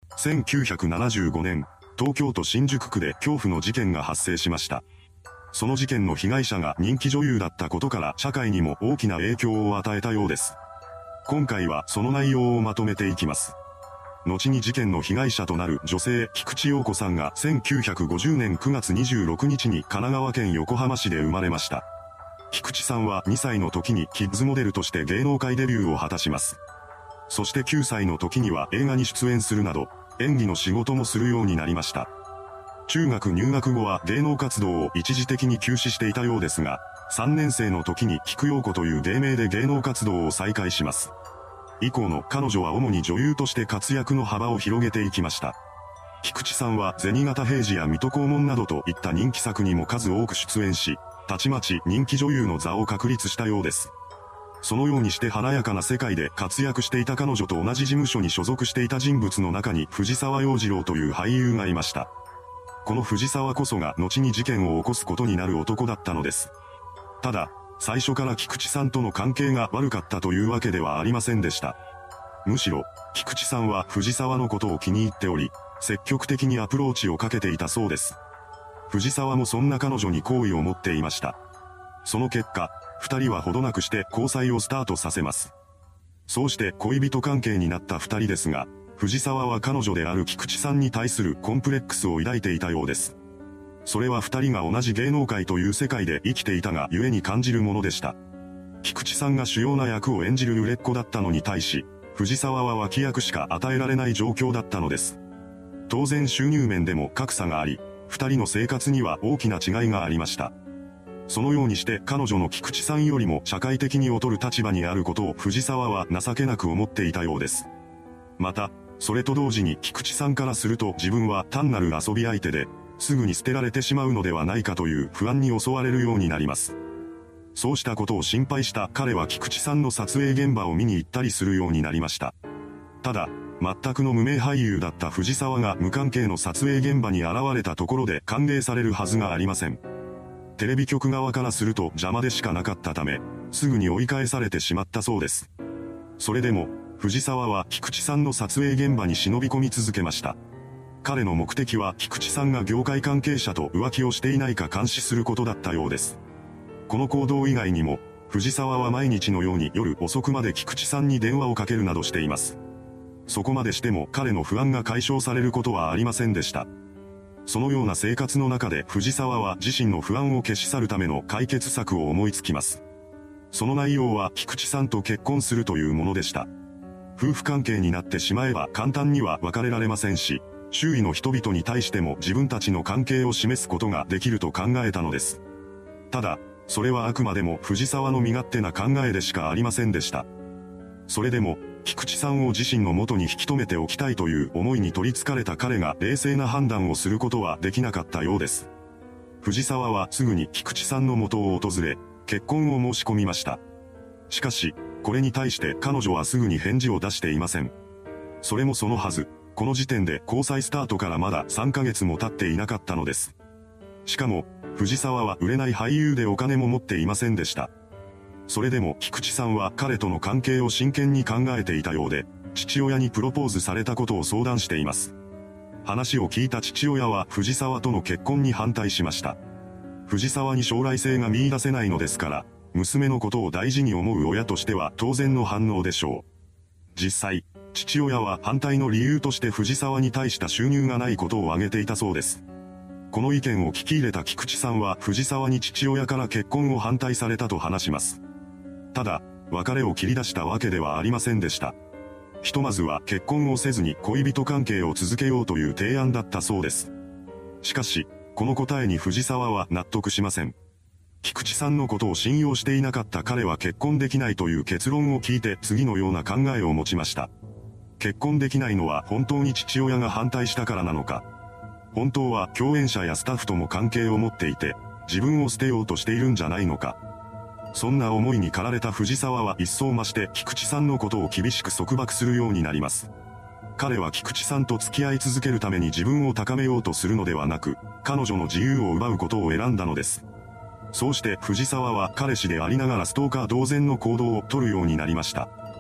1975年、東京都新宿区で恐怖の事件が発生しました。その事件の被害者が人気女優だったことから社会にも大きな影響を与えたようです。今回はその内容をまとめていきます。後に事件の被害者となる女性、菊池陽子さんが1950年9月26日に神奈川県横浜市で生まれました。菊池さんは2歳の時にキッズモデルとして芸能界デビューを果たします。そして9歳の時には映画に出演するなど、演技の仕事もするようになりました。中学入学後は芸能活動を一時的に休止していたようですが、3年生の時に菊陽子という芸名で芸能活動を再開します。以降の彼女は主に女優として活躍の幅を広げていきました。菊池さんは銭形平次や水戸黄門などといった人気作にも数多く出演し、たちまち人気女優の座を確立したようです。そのようにして華やかな世界で活躍していた彼女と同じ事務所に所属していた人物の中に藤沢洋次郎という俳優がいました。この藤沢こそが後に事件を起こすことになる男だったのです。ただ、最初から菊池さんとの関係が悪かったというわけではありませんでした。むしろ、菊池さんは藤沢のことを気に入っており、積極的にアプローチをかけていたそうです。藤沢もそんな彼女に好意を持っていました。その結果、二人はほどなくして交際をスタートさせます。そうして恋人関係になった二人ですが、藤沢は彼女である菊池さんに対するコンプレックスを抱いていたようです。それは二人が同じ芸能界という世界で生きていたがゆえに感じるものでした。菊池さんが主要な役を演じる売れっ子だったのに対し、藤沢は脇役しか与えられない状況だったのです。当然収入面でも格差があり、二人の生活には大きな違いがありました。そのようにして彼女の菊池さんよりも社会的に劣る立場にあることを藤沢は情けなく思っていたようです。また、それと同時に菊池さんからすると自分は単なる遊び相手で、すぐに捨てられてしまうのではないかという不安に襲われるようになります。そうしたことを心配した彼は菊池さんの撮影現場を見に行ったりするようになりました。ただ、全くの無名俳優だった藤沢が無関係の撮影現場に現れたところで歓迎されるはずがありません。テレビ局側からすると邪魔でしかなかったため、すぐに追い返されてしまったそうです。それでも、藤沢は菊池さんの撮影現場に忍び込み続けました。彼の目的は菊池さんが業界関係者と浮気をしていないか監視することだったようです。この行動以外にも、藤沢は毎日のように夜遅くまで菊池さんに電話をかけるなどしています。そこまでしても彼の不安が解消されることはありませんでした。そのような生活の中で藤沢は自身の不安を消し去るための解決策を思いつきます。その内容は菊池さんと結婚するというものでした。夫婦関係になってしまえば簡単には別れられませんし、周囲の人々に対しても自分たちの関係を示すことができると考えたのです。ただ、それはあくまでも藤沢の身勝手な考えでしかありませんでした。それでも、菊池さんを自身の元に引き止めておきたいという思いに取り憑かれた彼が冷静な判断をすることはできなかったようです。藤沢はすぐに菊池さんの元を訪れ、結婚を申し込みました。しかし、これに対して彼女はすぐに返事を出していません。それもそのはず、この時点で交際スタートからまだ3ヶ月も経っていなかったのです。しかも、藤沢は売れない俳優でお金も持っていませんでした。それでも菊池さんは彼との関係を真剣に考えていたようで、父親にプロポーズされたことを相談しています。話を聞いた父親は藤沢との結婚に反対しました。藤沢に将来性が見出せないのですから、娘のことを大事に思う親としては当然の反応でしょう。実際、父親は反対の理由として藤沢に対した収入がないことを挙げていたそうです。この意見を聞き入れた菊池さんは藤沢に父親から結婚を反対されたと話します。ただ、別れを切り出したわけではありませんでした。ひとまずは結婚をせずに恋人関係を続けようという提案だったそうです。しかし、この答えに藤沢は納得しません。菊池さんのことを信用していなかった彼は結婚できないという結論を聞いて次のような考えを持ちました。結婚できないのは本当に父親が反対したからなのか。本当は共演者やスタッフとも関係を持っていて、自分を捨てようとしているんじゃないのか。そんな思いに駆られた藤沢は一層増して菊池さんのことを厳しく束縛するようになります。彼は菊池さんと付き合い続けるために自分を高めようとするのではなく、彼女の自由を奪うことを選んだのです。そうして藤沢は彼氏でありながらストーカー同然の行動を取るようになりました。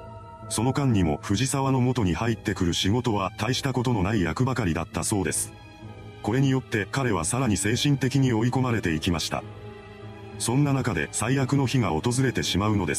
その間にも藤沢の元に入ってくる仕事は大したことのない役ばかりだったそうです。これによって彼はさらに精神的に追い込まれていきました。そんな中で最悪の日が訪れてしまうのです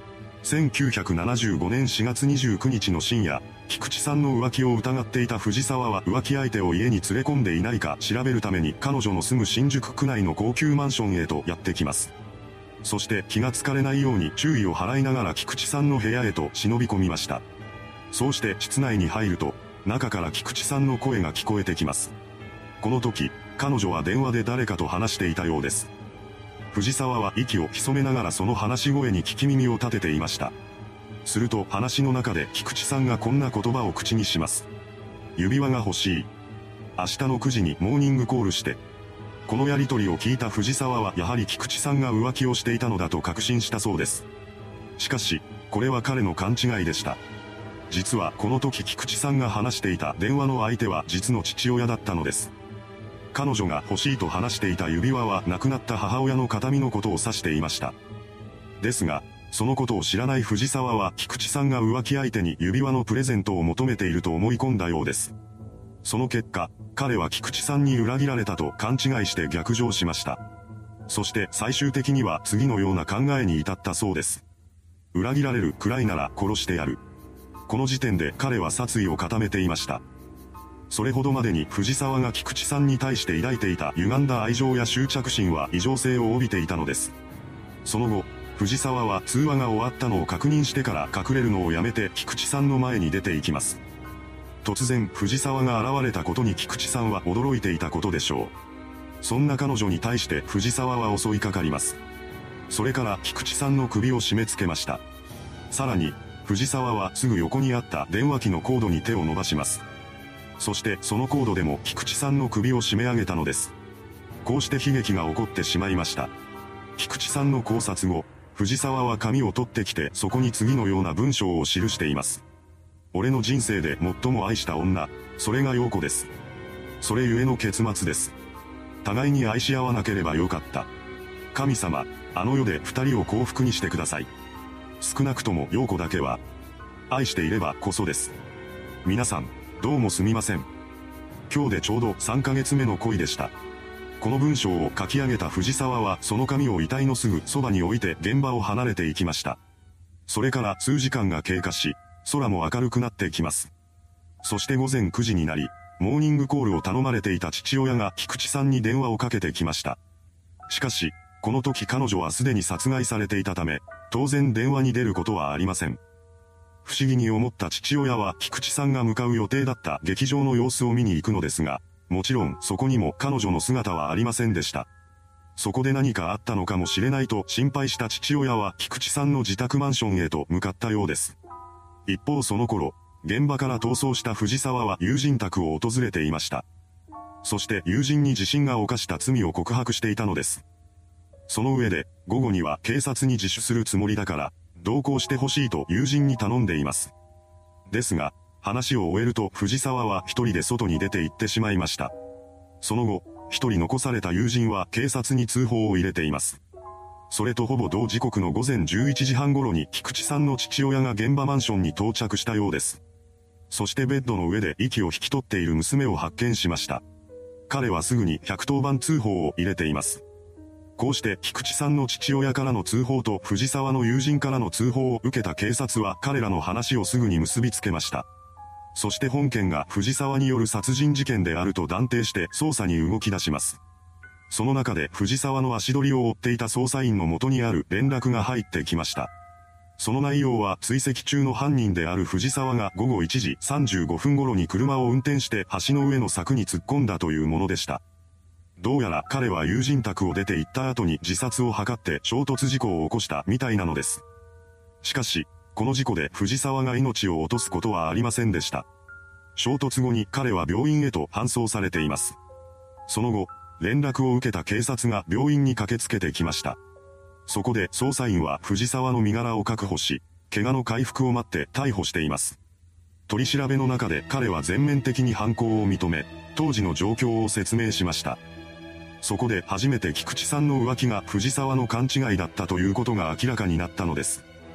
。1975年4月29日の深夜、菊池さんの浮気を疑っていた藤沢は浮気相手を家に連れ込んでいないか調べるために彼女の住む新宿区内の高級マンションへとやってきます。そして気がつかれないように注意を払いながら菊池さんの部屋へと忍び込みました。そうして室内に入ると、中から菊池さんの声が聞こえてきます。この時、彼女は電話で誰かと話していたようです。藤沢は息を潜めながらその話し声に聞き耳を立てていました。すると話の中で菊池さんがこんな言葉を口にします。指輪が欲しい。明日の9時にモーニングコールして。このやりとりを聞いた藤沢はやはり菊池さんが浮気をしていたのだと確信したそうです。しかし、これは彼の勘違いでした。実はこの時菊池さんが話していた電話の相手は実の父親だったのです。彼女が欲しいと話していた指輪は亡くなった母親の形見のことを指していました。ですが、そのことを知らない藤沢は菊池さんが浮気相手に指輪のプレゼントを求めていると思い込んだようです。その結果、彼は菊池さんに裏切られたと勘違いして逆上しました。そして最終的には次のような考えに至ったそうです。裏切られるくらいなら殺してやる。この時点で彼は殺意を固めていました。それほどまでに藤沢が菊池さんに対して抱いていた歪んだ愛情や執着心は異常性を帯びていたのです。その後、藤沢は通話が終わったのを確認してから隠れるのをやめて菊池さんの前に出て行きます。突然藤沢が現れたことに菊池さんは驚いていたことでしょう。そんな彼女に対して藤沢は襲いかかります。それから菊池さんの首を締め付けました。さらに、藤沢はすぐ横にあった電話機のコードに手を伸ばします。そしてそのコードでも菊池さんの首を締め上げたのです。こうして悲劇が起こってしまいました。菊池さんの考察後、藤沢は紙を取ってきてそこに次のような文章を記しています。俺の人生で最も愛した女、それが陽子です。それゆえの結末です。互いに愛し合わなければよかった。神様、あの世で二人を幸福にしてください。少なくとも陽子だけは、愛していればこそです。皆さん、どうもすみません。今日でちょうど3ヶ月目の恋でした。この文章を書き上げた藤沢はその紙を遺体のすぐそばに置いて現場を離れていきました。それから数時間が経過し、空も明るくなってきます。そして午前9時になり、モーニングコールを頼まれていた父親が菊池さんに電話をかけてきました。しかし、この時彼女はすでに殺害されていたため、当然電話に出ることはありません。不思議に思った父親は菊池さんが向かう予定だった劇場の様子を見に行くのですが、もちろんそこにも彼女の姿はありませんでした。そこで何かあったのかもしれないと心配した父親は菊池さんの自宅マンションへと向かったようです。一方その頃、現場から逃走した藤沢は友人宅を訪れていました。そして友人に自身が犯した罪を告白していたのです。その上で、午後には警察に自首するつもりだから、同行してほしいと友人に頼んでいます。ですが、話を終えると藤沢は一人で外に出て行ってしまいました。その後、一人残された友人は警察に通報を入れています。それとほぼ同時刻の午前11時半頃に菊池さんの父親が現場マンションに到着したようです。そしてベッドの上で息を引き取っている娘を発見しました。彼はすぐに110番通報を入れています。こうして菊池さんの父親からの通報と藤沢の友人からの通報を受けた警察は彼らの話をすぐに結びつけました。そして本件が藤沢による殺人事件であると断定して捜査に動き出します。その中で藤沢の足取りを追っていた捜査員の元にある連絡が入ってきました。その内容は追跡中の犯人である藤沢が午後1時35分頃に車を運転して橋の上の柵に突っ込んだというものでした。どうやら彼は友人宅を出て行った後に自殺を図って衝突事故を起こしたみたいなのです。しかし、この事故で藤沢が命を落とすことはありませんでした。衝突後に彼は病院へと搬送されています。その後、連絡を受けた警察が病院に駆けつけてきました。そこで捜査員は藤沢の身柄を確保し、怪我の回復を待って逮捕しています。取り調べの中で彼は全面的に犯行を認め、当時の状況を説明しました。そこで初めて菊池さんの浮気が藤沢の勘違いだったということが明らかになったのです。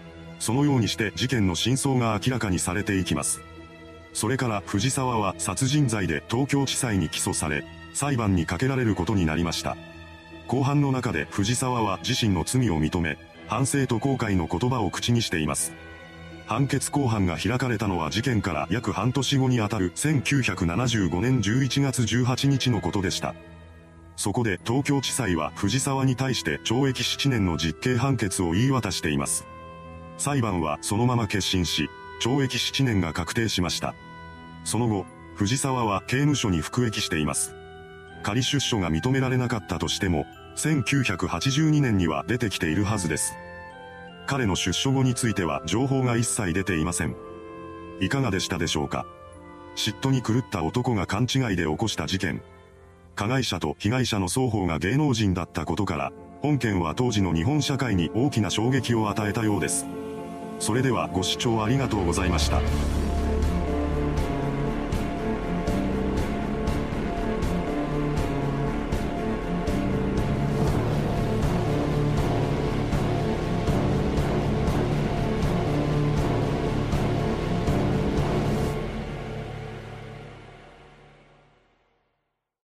そのようにして事件の真相が明らかにされていきます。それから藤沢は殺人罪で東京地裁に起訴され、裁判にかけられることになりました。公判の中で藤沢は自身の罪を認め、反省と後悔の言葉を口にしています。判決公判が開かれたのは事件から約半年後にあたる1975年11月18日のことでした。そこで東京地裁は藤沢に対して懲役7年の実刑判決を言い渡しています。裁判はそのまま結審し、懲役7年が確定しました。その後、藤沢は刑務所に服役しています。仮出所が認められなかったとしても、1982年には出てきているはずです。彼の出所後については情報が一切出ていません。いかがでしたでしょうか。嫉妬に狂った男が勘違いで起こした事件。加害者と被害者の双方が芸能人だったことから、本件は当時の日本社会に大きな衝撃を与えたようです。それではご視聴ありがとうございました。